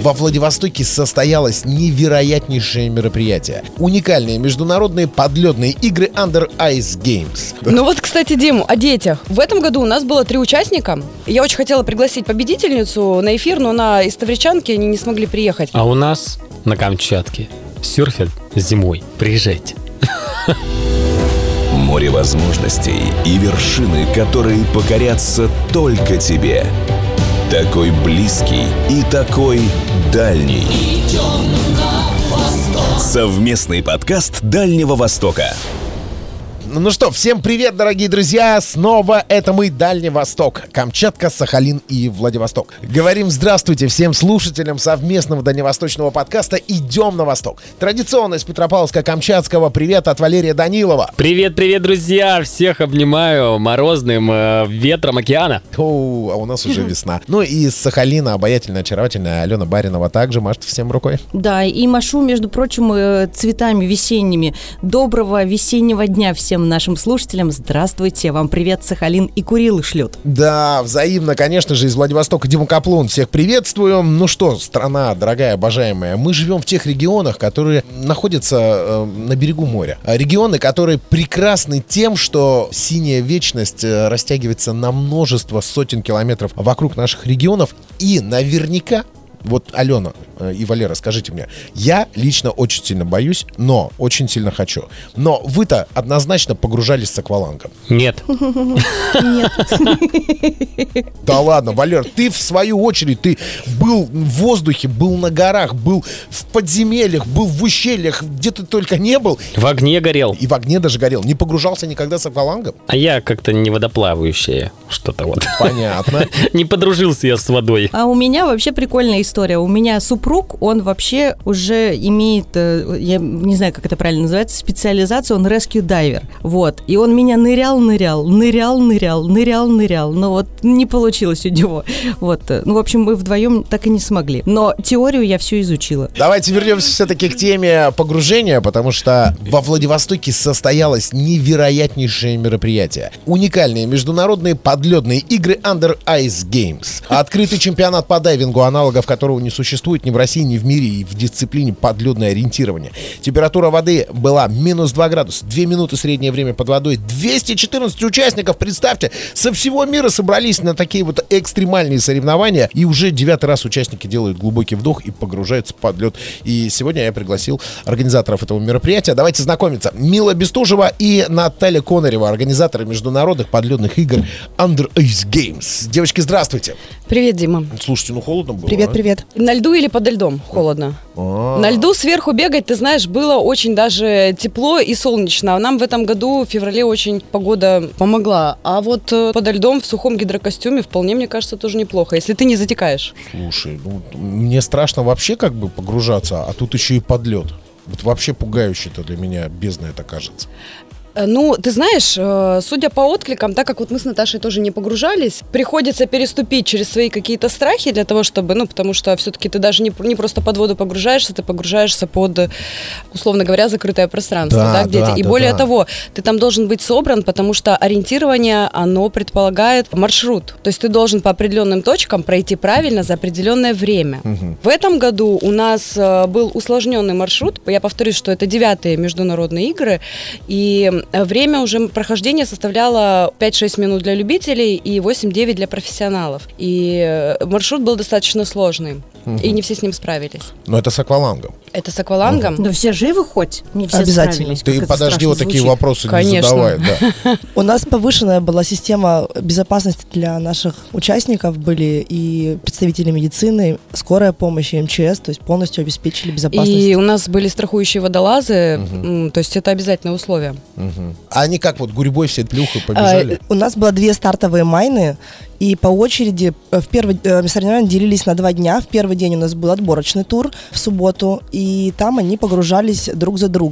Во Владивостоке состоялось невероятнейшее мероприятие. Уникальные международные подледные игры Under Ice Games. Ну вот, кстати, Дим, о детях. В этом году у нас было 3 участника. Я очень хотела пригласить победительницу на эфир, но она из Тавричанки, они не смогли приехать. А у нас на Камчатке серфят зимой. Приезжайте. Море возможностей и вершины, которые покорятся только тебе. Такой близкий и такой дальний. Совместный подкаст Дальнего Востока. Ну что, всем привет, дорогие друзья! Снова это мы, Дальний Восток, Камчатка, Сахалин и Владивосток. Говорим здравствуйте всем слушателям совместного дальневосточного подкаста «Идем на восток». Традиционно из Петропавловска-Камчатского привет от Валерия Данилова. Привет, друзья! Всех обнимаю морозным ветром океана. А у нас уже весна. Ну и из Сахалина обаятельная, очаровательная Алена Баринова также машет всем рукой. Да, и машу, между прочим, цветами весенними. Доброго весеннего дня всем нашим слушателям. Здравствуйте, вам привет, Сахалин и Курилы шлют. Да, взаимно, конечно же, из Владивостока Дима Каплун. Всех приветствую. Ну что, страна дорогая, обожаемая, мы живем в тех регионах, которые находятся на берегу моря. Регионы, которые прекрасны тем, что синяя вечность растягивается на множество сотен километров вокруг наших регионов. И наверняка, вот, Алена и Валера, скажите мне, я лично очень сильно боюсь, но очень сильно хочу. Но вы-то однозначно погружались с аквалангом. Нет. Нет. Да ладно, Валер, ты в свою очередь, ты был в воздухе, был на горах, был в подземельях, был в ущельях, где ты только не был. В огне горел. И в огне даже горел. Не погружался никогда с аквалангом? А я как-то не водоплавающее, что-то вот. Понятно. Не подружился я с водой. А у меня вообще прикольная история. У меня супруг, он вообще уже имеет, я не знаю, как это правильно называется, специализацию, он rescue diver. Вот. И он меня нырял. Но вот не получилось у него. Вот. Ну, в общем, мы вдвоем так и не смогли. Но теорию я всю изучила. Давайте вернемся все-таки к теме погружения, потому что во Владивостоке состоялось невероятнейшее мероприятие. Уникальные международные подледные игры Under Ice Games. Открытый чемпионат по дайвингу, аналогов которого не существует ни в России, ни в мире, и в дисциплине подледное ориентирование. Температура воды была минус 2 градуса, 2 минуты среднее время под водой. 214 участников, представьте, со всего мира собрались на такие вот экстремальные соревнования, и уже 9-й раз участники делают глубокий вдох и погружаются под лед. И сегодня я пригласил организаторов этого мероприятия. Давайте знакомиться. Мила Бестужева и Наталья Конарева, организаторы международных подледных игр Under Ice Games. Девочки, здравствуйте. Привет, Дима. Слушайте, ну холодно было. Привет. На льду или подо льдом? Холодно. На льду сверху бегать, ты знаешь, было очень даже тепло и солнечно. Нам в этом году в феврале очень погода помогла. А вот подо льдом в сухом гидрокостюме вполне, мне кажется, тоже неплохо, если ты не затекаешь. Слушай, ну мне страшно вообще как бы погружаться, а тут еще и под лед. Вот вообще пугающе-то для меня бездна это кажется. Ну, ты знаешь, судя по откликам, так как вот мы с Наташей тоже не погружались, приходится переступить через свои какие-то страхи для того, чтобы, ну, потому что все-таки ты даже не просто под воду погружаешься, ты погружаешься под, условно говоря, закрытое пространство, да, где-то. И более того, ты там должен быть собран, потому что ориентирование, оно предполагает маршрут. То есть ты должен по определенным точкам пройти правильно за определенное время. В этом году у нас был усложненный маршрут. Я повторюсь, что это 9-е международные игры, и время уже прохождения составляло 5-6 минут для любителей и 8-9 для профессионалов. И маршрут был достаточно сложный. И не все с ним справились. Но это с аквалангом. Это с аквалангом? Но все живы хоть? Не все Обязательно. справились. Ты подожди, вот такие вопросы не задавай. Да. У нас повышенная была система безопасности для наших участников, были и представители медицины, скорая помощь, и МЧС, то есть полностью обеспечили безопасность. И у нас были страхующие водолазы, то есть это обязательное условие. А они как вот гурьбой все плюхой побежали? У нас было 2 стартовые майны, и по очереди в первый соревнования делились на 2 дня. В первый день у нас был отборочный тур в субботу, и там они погружались друг за другом.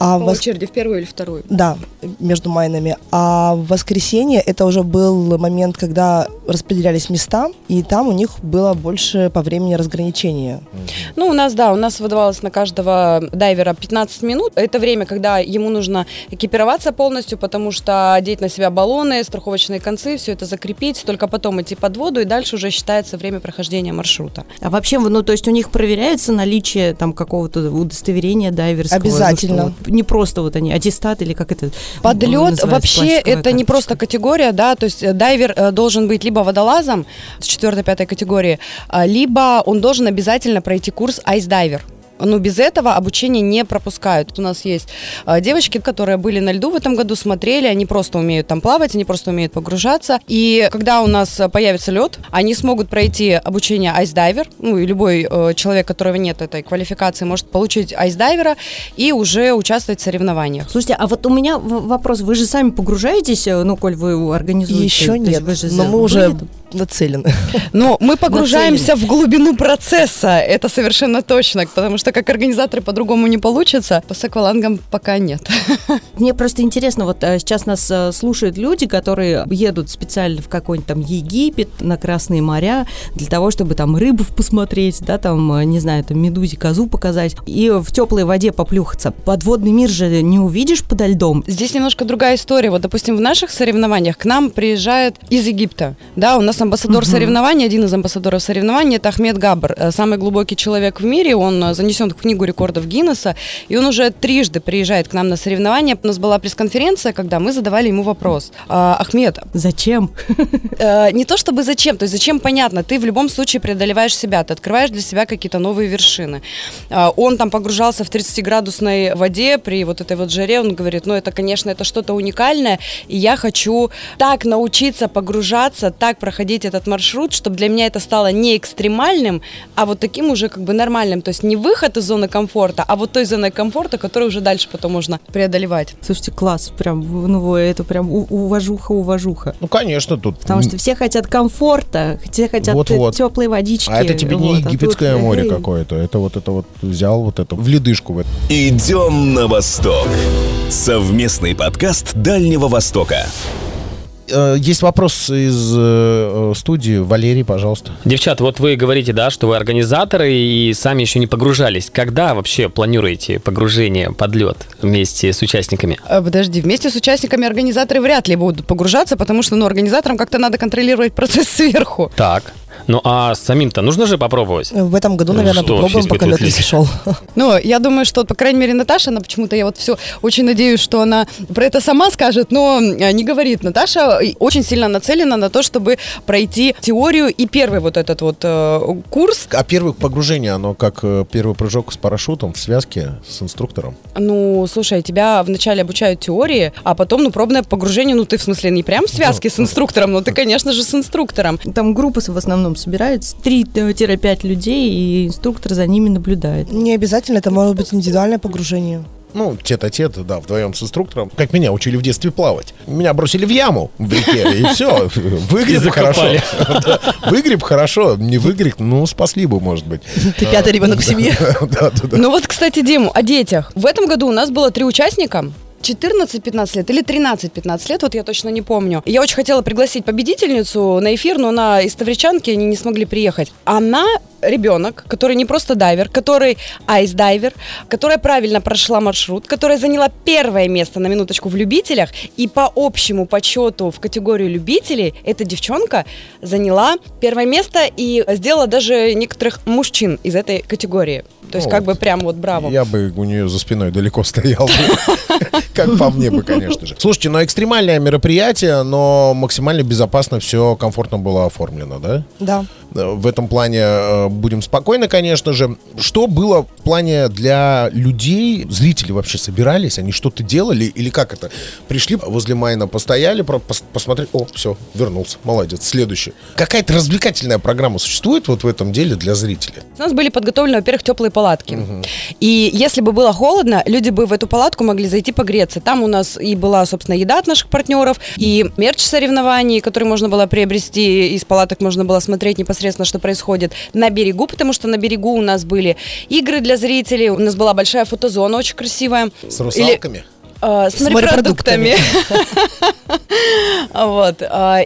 А По очереди в первую или вторую? Да, между майнами. А в воскресенье это уже был момент, когда распределялись места, и там у них было больше по времени разграничения. Ну, у нас выдавалось на каждого дайвера 15 минут. Это время, когда ему нужно экипироваться полностью, потому что одеть на себя баллоны, страховочные концы, все это закрепить, только потом идти под воду, и дальше уже считается время прохождения маршрута. А вообще, то есть у них проверяется наличие там какого-то удостоверения дайверского? Обязательно. Не просто вот они, аттестат или как это? Подлет вообще это не просто категория, да, то есть дайвер должен быть либо водолазом с 4-5 категории, либо он должен обязательно пройти курс айс-дайвер. Но без этого обучение не пропускают. У нас есть девочки, которые были на льду в этом году, смотрели, они просто умеют там плавать, они просто умеют погружаться. И когда у нас появится лед, они смогут пройти обучение айс-дайвер. Ну и любой человек, у которого нет этой квалификации, может получить айс-дайвера и уже участвовать в соревнованиях. Слушайте, а вот у меня вопрос. Вы же сами погружаетесь, коль вы организуете? Еще нет, но мы уже нацелены. Но мы погружаемся в глубину процесса, это совершенно точно, потому что как организаторы по-другому не получится, по с аквалангом пока нет. Мне просто интересно, вот сейчас нас слушают люди, которые едут специально в какой-нибудь там Египет, на Красные моря, для того, чтобы там рыбу посмотреть, да, там, не знаю, там медузе, козу показать, и в теплой воде поплюхаться. Подводный мир же не увидишь подо льдом. Здесь немножко другая история. Вот, допустим, в наших соревнованиях к нам приезжает из Египта, да, у нас амбассадор соревнований, один из амбассадоров соревнований, это Ахмед Габр, самый глубокий человек в мире, он занесен в книгу рекордов Гиннесса, и он уже трижды приезжает к нам на соревнования. У нас была пресс-конференция, когда мы задавали ему вопрос. Ахмед, зачем? Не то чтобы зачем, то есть зачем понятно, ты в любом случае преодолеваешь себя, ты открываешь для себя какие-то новые вершины. Он там погружался в 30-градусной воде при вот этой вот жаре, он говорит, это, конечно, это что-то уникальное, и я хочу так научиться погружаться, так проходить этот маршрут, чтобы для меня это стало не экстремальным, а вот таким уже как бы нормальным, то есть не выход из зоны комфорта, а вот той зоной комфорта, которую уже дальше потом можно преодолевать. Слушайте, класс, прям, это прям уважуха. Ну, конечно, тут... Потому что все хотят комфорта, все хотят теплой водички. А это тебе не египетское море какое-то, это вот взял вот это в ледышку. Идем на восток. Совместный подкаст Дальнего Востока. Есть вопрос из студии. Валерий, пожалуйста. Девчат, вот вы говорите, да, что вы организаторы и сами еще не погружались. Когда вообще планируете погружение под лед вместе с участниками? Подожди, вместе с участниками организаторы вряд ли будут погружаться, потому что, организаторам как-то надо контролировать процесс сверху. Так. Ну, а самим-то нужно же попробовать? В этом году, наверное, попробуем, пока лед не сошел. Я думаю, что, по крайней мере, Наташа, она почему-то, я вот все очень надеюсь, что она про это сама скажет, но не говорит. Наташа очень сильно нацелена на то, чтобы пройти теорию и первый вот этот вот курс. А первое погружение, оно как первый прыжок с парашютом в связке с инструктором? Слушай, тебя вначале обучают теории, а потом, пробное погружение, ты в смысле не прям в связке с инструктором, но ты, конечно же, с инструктором. Там группа в основном собирается 3-5 людей, и инструктор за ними наблюдает. Не обязательно, это может быть индивидуальное погружение. Тет-а-тет, да, вдвоем с инструктором. Как меня учили в детстве плавать. Меня бросили в яму в реке, и все. Выгреб хорошо. Выгреб хорошо, не выгреб, спасли бы, может быть. Ты пятый ребенок в семье. Да. Кстати, Дим, о детях. В этом году у нас было 3 участника. 14-15 лет или 13-15 лет, вот я точно не помню. Я очень хотела пригласить победительницу на эфир, но она из Тавричанки, они не смогли приехать. Она ребенок, который не просто дайвер, который айс-дайвер, которая правильно прошла маршрут, которая заняла первое место, на минуточку, в любителях, и по общему подсчету в категорию любителей эта девчонка заняла первое место и сделала даже некоторых мужчин из этой категории. То есть прям браво. Я бы у нее за спиной далеко стоял. Как по мне бы, конечно же. Слушайте, экстремальное мероприятие, но максимально безопасно, все комфортно было оформлено, да? Да. В этом плане будем спокойны, конечно же. Что было в плане для людей? Зрители вообще собирались? Они что-то делали? Или как это? Пришли возле майна, постояли, посмотрели. Все, вернулся. Молодец. Следующий. Какая-то развлекательная программа существует в этом деле для зрителей? У нас были подготовлены, во-первых, теплые палатки. И если бы было холодно, люди бы в эту палатку могли зайти погреться. Греции. Там у нас и была, собственно, еда от наших партнеров, и мерч соревнований, который можно было приобрести, из палаток можно было смотреть непосредственно, что происходит на берегу, потому что на берегу у нас были игры для зрителей, у нас была большая фотозона очень красивая. С русалками? С морепродуктами. Вот.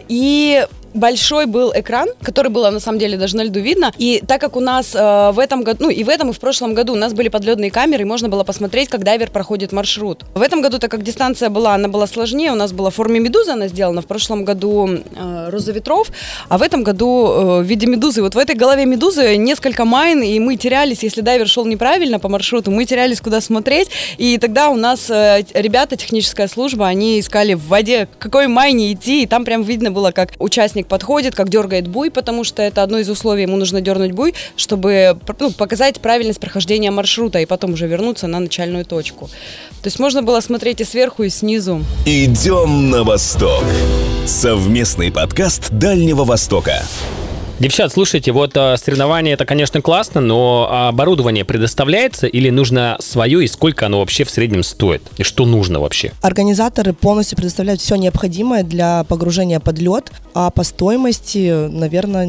И большой был экран, который было на самом деле даже на льду видно. И так как у нас в этом году, ну и в этом, и в прошлом году у нас были подледные камеры, и можно было посмотреть, как дайвер проходит маршрут. В этом году, так как дистанция была, она была сложнее, у нас была в форме медузы она сделана, в прошлом году роза ветров, а в этом году в виде медузы. Вот в этой голове медузы несколько майн, и мы терялись, если дайвер шел неправильно по маршруту, мы терялись, куда смотреть, и тогда у нас ребята, техническая служба, они искали в воде, к какой майне идти, и там прям видно было, как участник подходит, как дергает буй, потому что это одно из условий, ему нужно дернуть буй, чтобы показать правильность прохождения маршрута и потом уже вернуться на начальную точку. То есть можно было смотреть и сверху, и снизу. Идем на восток. Совместный подкаст Дальнего Востока. Девчат, слушайте, вот соревнования это, конечно, классно, но оборудование предоставляется или нужно свое, и сколько оно вообще в среднем стоит? И что нужно вообще? Организаторы полностью предоставляют все необходимое для погружения под лед, а по стоимости, наверное,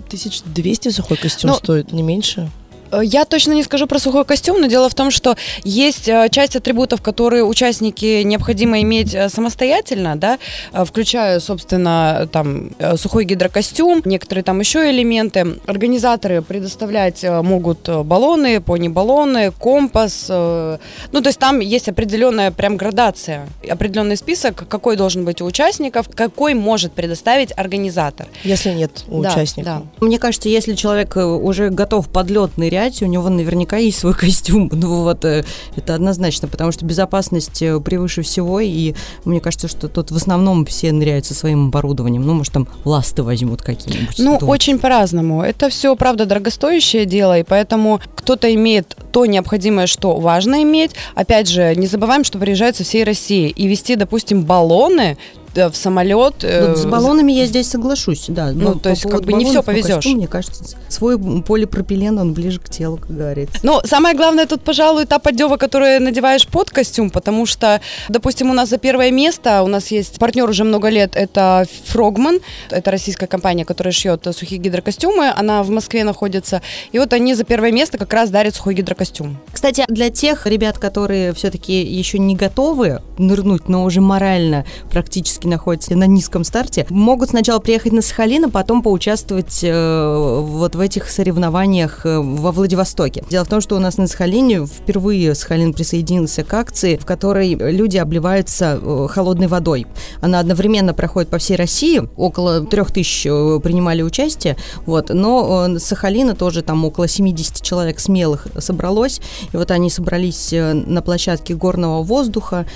1200 сухой костюм стоит, не меньше. Я точно не скажу про сухой костюм, но дело в том, что есть часть атрибутов, которые участники необходимо иметь самостоятельно, да, включая, собственно, там сухой гидрокостюм, некоторые там еще элементы. Организаторы предоставлять могут баллоны, пони-баллоны, компас. То есть там есть определенная прям градация, определенный список, какой должен быть у участников, какой может предоставить организатор. Если нет у участника. Да. Мне кажется, если человек уже готов под лед нырять, у него наверняка есть свой костюм. Это однозначно, потому что безопасность превыше всего, и мне кажется, что тут в основном все ныряют со своим оборудованием. Может, там ласты возьмут какие-нибудь. Очень по-разному. Это все, правда, дорогостоящее дело, и поэтому кто-то имеет то необходимое, что важно иметь. Опять же, не забываем, что приезжают со всей России, и везти, допустим, баллоны в самолет. С баллонами я здесь соглашусь, да. То есть как бы не все повезешь. Костюм, мне кажется, свой полипропилен, он ближе к телу, как говорится. Самое главное тут, пожалуй, та поддева, которую надеваешь под костюм, потому что, допустим, у нас за первое место, у нас есть партнер уже много лет, это Frogman, это российская компания, которая шьет сухие гидрокостюмы, она в Москве находится, и вот они за первое место как раз дарят сухой гидрокостюм. Кстати, для тех ребят, которые все-таки еще не готовы нырнуть, но уже морально практически находятся на низком старте, могут сначала приехать на Сахалин, а потом поучаствовать вот в этих соревнованиях во Владивостоке. Дело в том, что у нас на Сахалине впервые Сахалин присоединился к акции, в которой люди обливаются холодной водой. Она одновременно проходит по всей России, около 3000 принимали участие, но с Сахалина тоже там около 70 человек смелых собралось, и вот они собрались на площадке горного воздуха,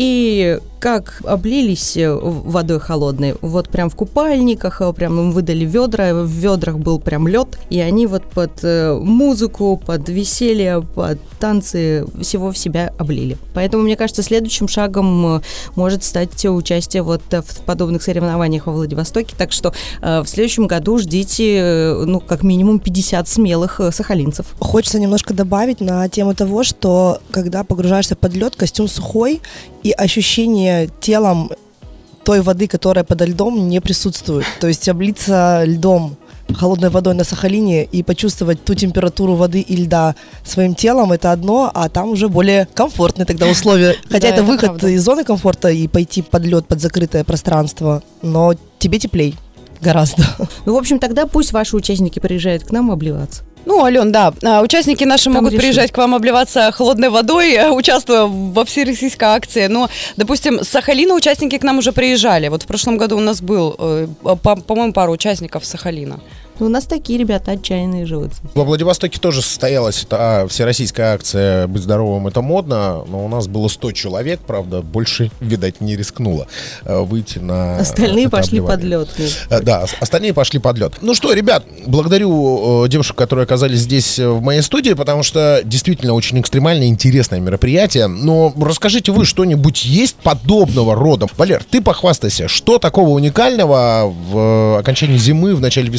и как облились водой холодной, прям в купальниках, прям им выдали ведра, в ведрах был прям лед, и они под музыку, под веселье, под танцы всего в себя облили. Поэтому, мне кажется, следующим шагом может стать участие в подобных соревнованиях во Владивостоке, так что в следующем году ждите, как минимум 50 смелых сахалинцев. Хочется немножко добавить на тему того, что когда погружаешься под лед, костюм сухой, и ощущение телом той воды, которая подо льдом, не присутствует. То есть облиться льдом, холодной водой на Сахалине и почувствовать ту температуру воды и льда своим телом, это одно, а там уже более комфортные тогда условия. Хотя это выход из зоны комфорта и пойти под лед, под закрытое пространство, но тебе теплей гораздо. В общем, тогда пусть ваши участники приезжают к нам обливаться. Ален, да, участники наши там могут приезжать к вам обливаться холодной водой, участвуя во всероссийской акции. Но, допустим, с Сахалина участники к нам уже приезжали. В прошлом году у нас был, по-моему, пару участников с Сахалина. У нас такие ребята отчаянные живут. Во Владивостоке тоже состоялась всероссийская акция «Быть здоровым – это модно», но у нас было 100 человек, правда, больше, видать, не рискнуло выйти на остальные пошли под лед. Да, остальные пошли под лед. Ну что, ребят, благодарю девушек, которые оказались здесь в моей студии, потому что действительно очень экстремальное, интересное мероприятие. Но расскажите вы, что-нибудь есть подобного рода? Валер, ты похвастайся, что такого уникального в окончании зимы, в начале весны происходит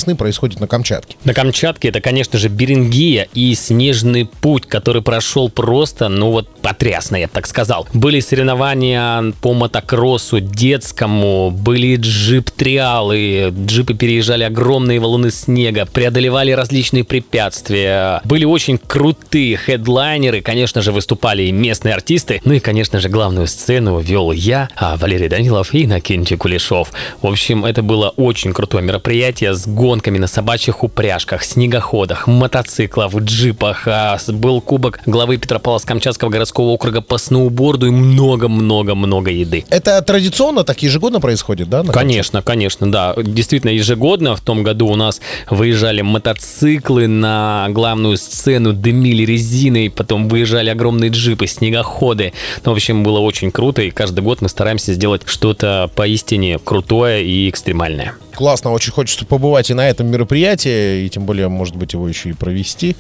происходит на Камчатке? На Камчатке это, конечно же, Берингия и снежный путь, который прошел просто, потрясно, я бы так сказал. Были соревнования по мотокроссу детскому, были джип-триалы, джипы переезжали огромные валуны снега, преодолевали различные препятствия. Были очень крутые хедлайнеры, конечно же, выступали и местные артисты. Ну и, конечно же, главную сцену вел я, Валерий Данилов и Иннокентий Кулешов. В общем, это было очень крутое мероприятие с гонками на собачьих упряжках, снегоходах, мотоциклах, джипах. Был кубок главы Петропавловск-Камчатского городского округа по сноуборду и много-много-много еды. Это традиционно так ежегодно происходит, да? Конечно, да. Действительно, ежегодно. В том году у нас выезжали мотоциклы на главную сцену, дымили резиной, потом выезжали огромные джипы, снегоходы. В общем, было очень круто, и каждый год мы стараемся сделать что-то поистине крутое и экстремальное. Классно, очень хочется побывать и на этом мероприятии, и тем более, может быть, его еще и провести.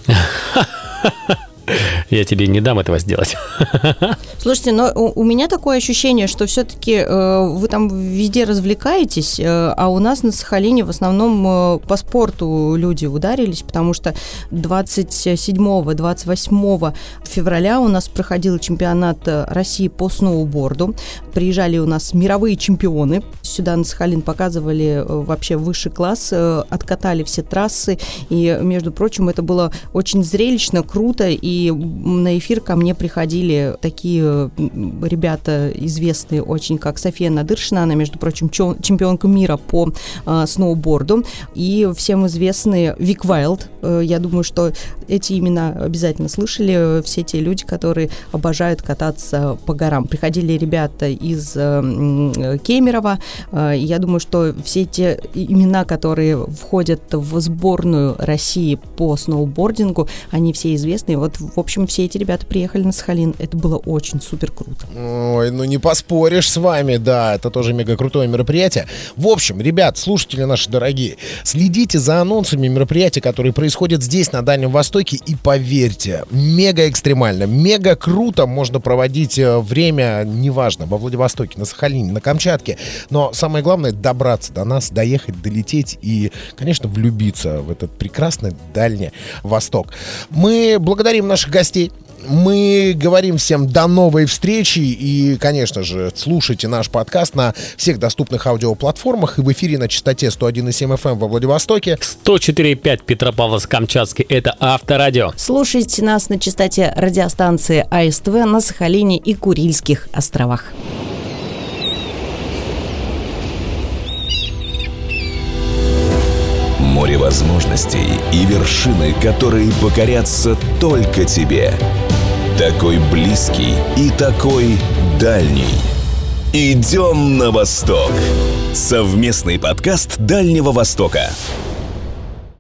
Я тебе не дам этого сделать. Слушайте, но у меня такое ощущение, что все-таки вы там везде развлекаетесь, а у нас на Сахалине в основном по спорту люди ударились, потому что 27-28 февраля у нас проходил чемпионат России по сноуборду. Приезжали у нас мировые чемпионы. Сюда на Сахалин показывали вообще высший класс, откатали все трассы. И, между прочим, это было очень зрелищно, круто. И на эфир ко мне приходили такие ребята известные очень, как София Надыршина, она, между прочим, чемпионка мира по сноуборду, и всем известный Вик Вайлд. Я думаю, что эти имена обязательно слышали все те люди, которые обожают кататься по горам. Приходили ребята из Кемерово. Я думаю, что все те имена, которые входят в сборную России по сноубордингу, они все известны. Вот, в общем, все эти ребята приехали на Сахалин. Это было очень супер круто. Ой, не поспоришь с вами, да, это тоже мега крутое мероприятие. В общем, ребят, слушатели наши дорогие, следите за анонсами мероприятий, которые происходят здесь, на Дальнем Востоке, и поверьте, мега экстремально, мега круто можно проводить время, неважно, во Владивостоке, на Сахалине, на Камчатке, но самое главное — добраться до нас, доехать, долететь и, конечно, влюбиться в этот прекрасный Дальний Восток. Мы благодарим наших гостей. Мы говорим всем до новой встречи и, конечно же, слушайте наш подкаст на всех доступных аудиоплатформах и в эфире на частоте 101,7 FM во Владивостоке, 104,5 Петропавловск-Камчатский, это Авторадио. Слушайте нас на частоте радиостанции АСТВ на Сахалине и Курильских островах. Море возможностей и вершины, которые покорятся только тебе. Такой близкий и такой дальний. Идем на восток. Совместный подкаст Дальнего Востока.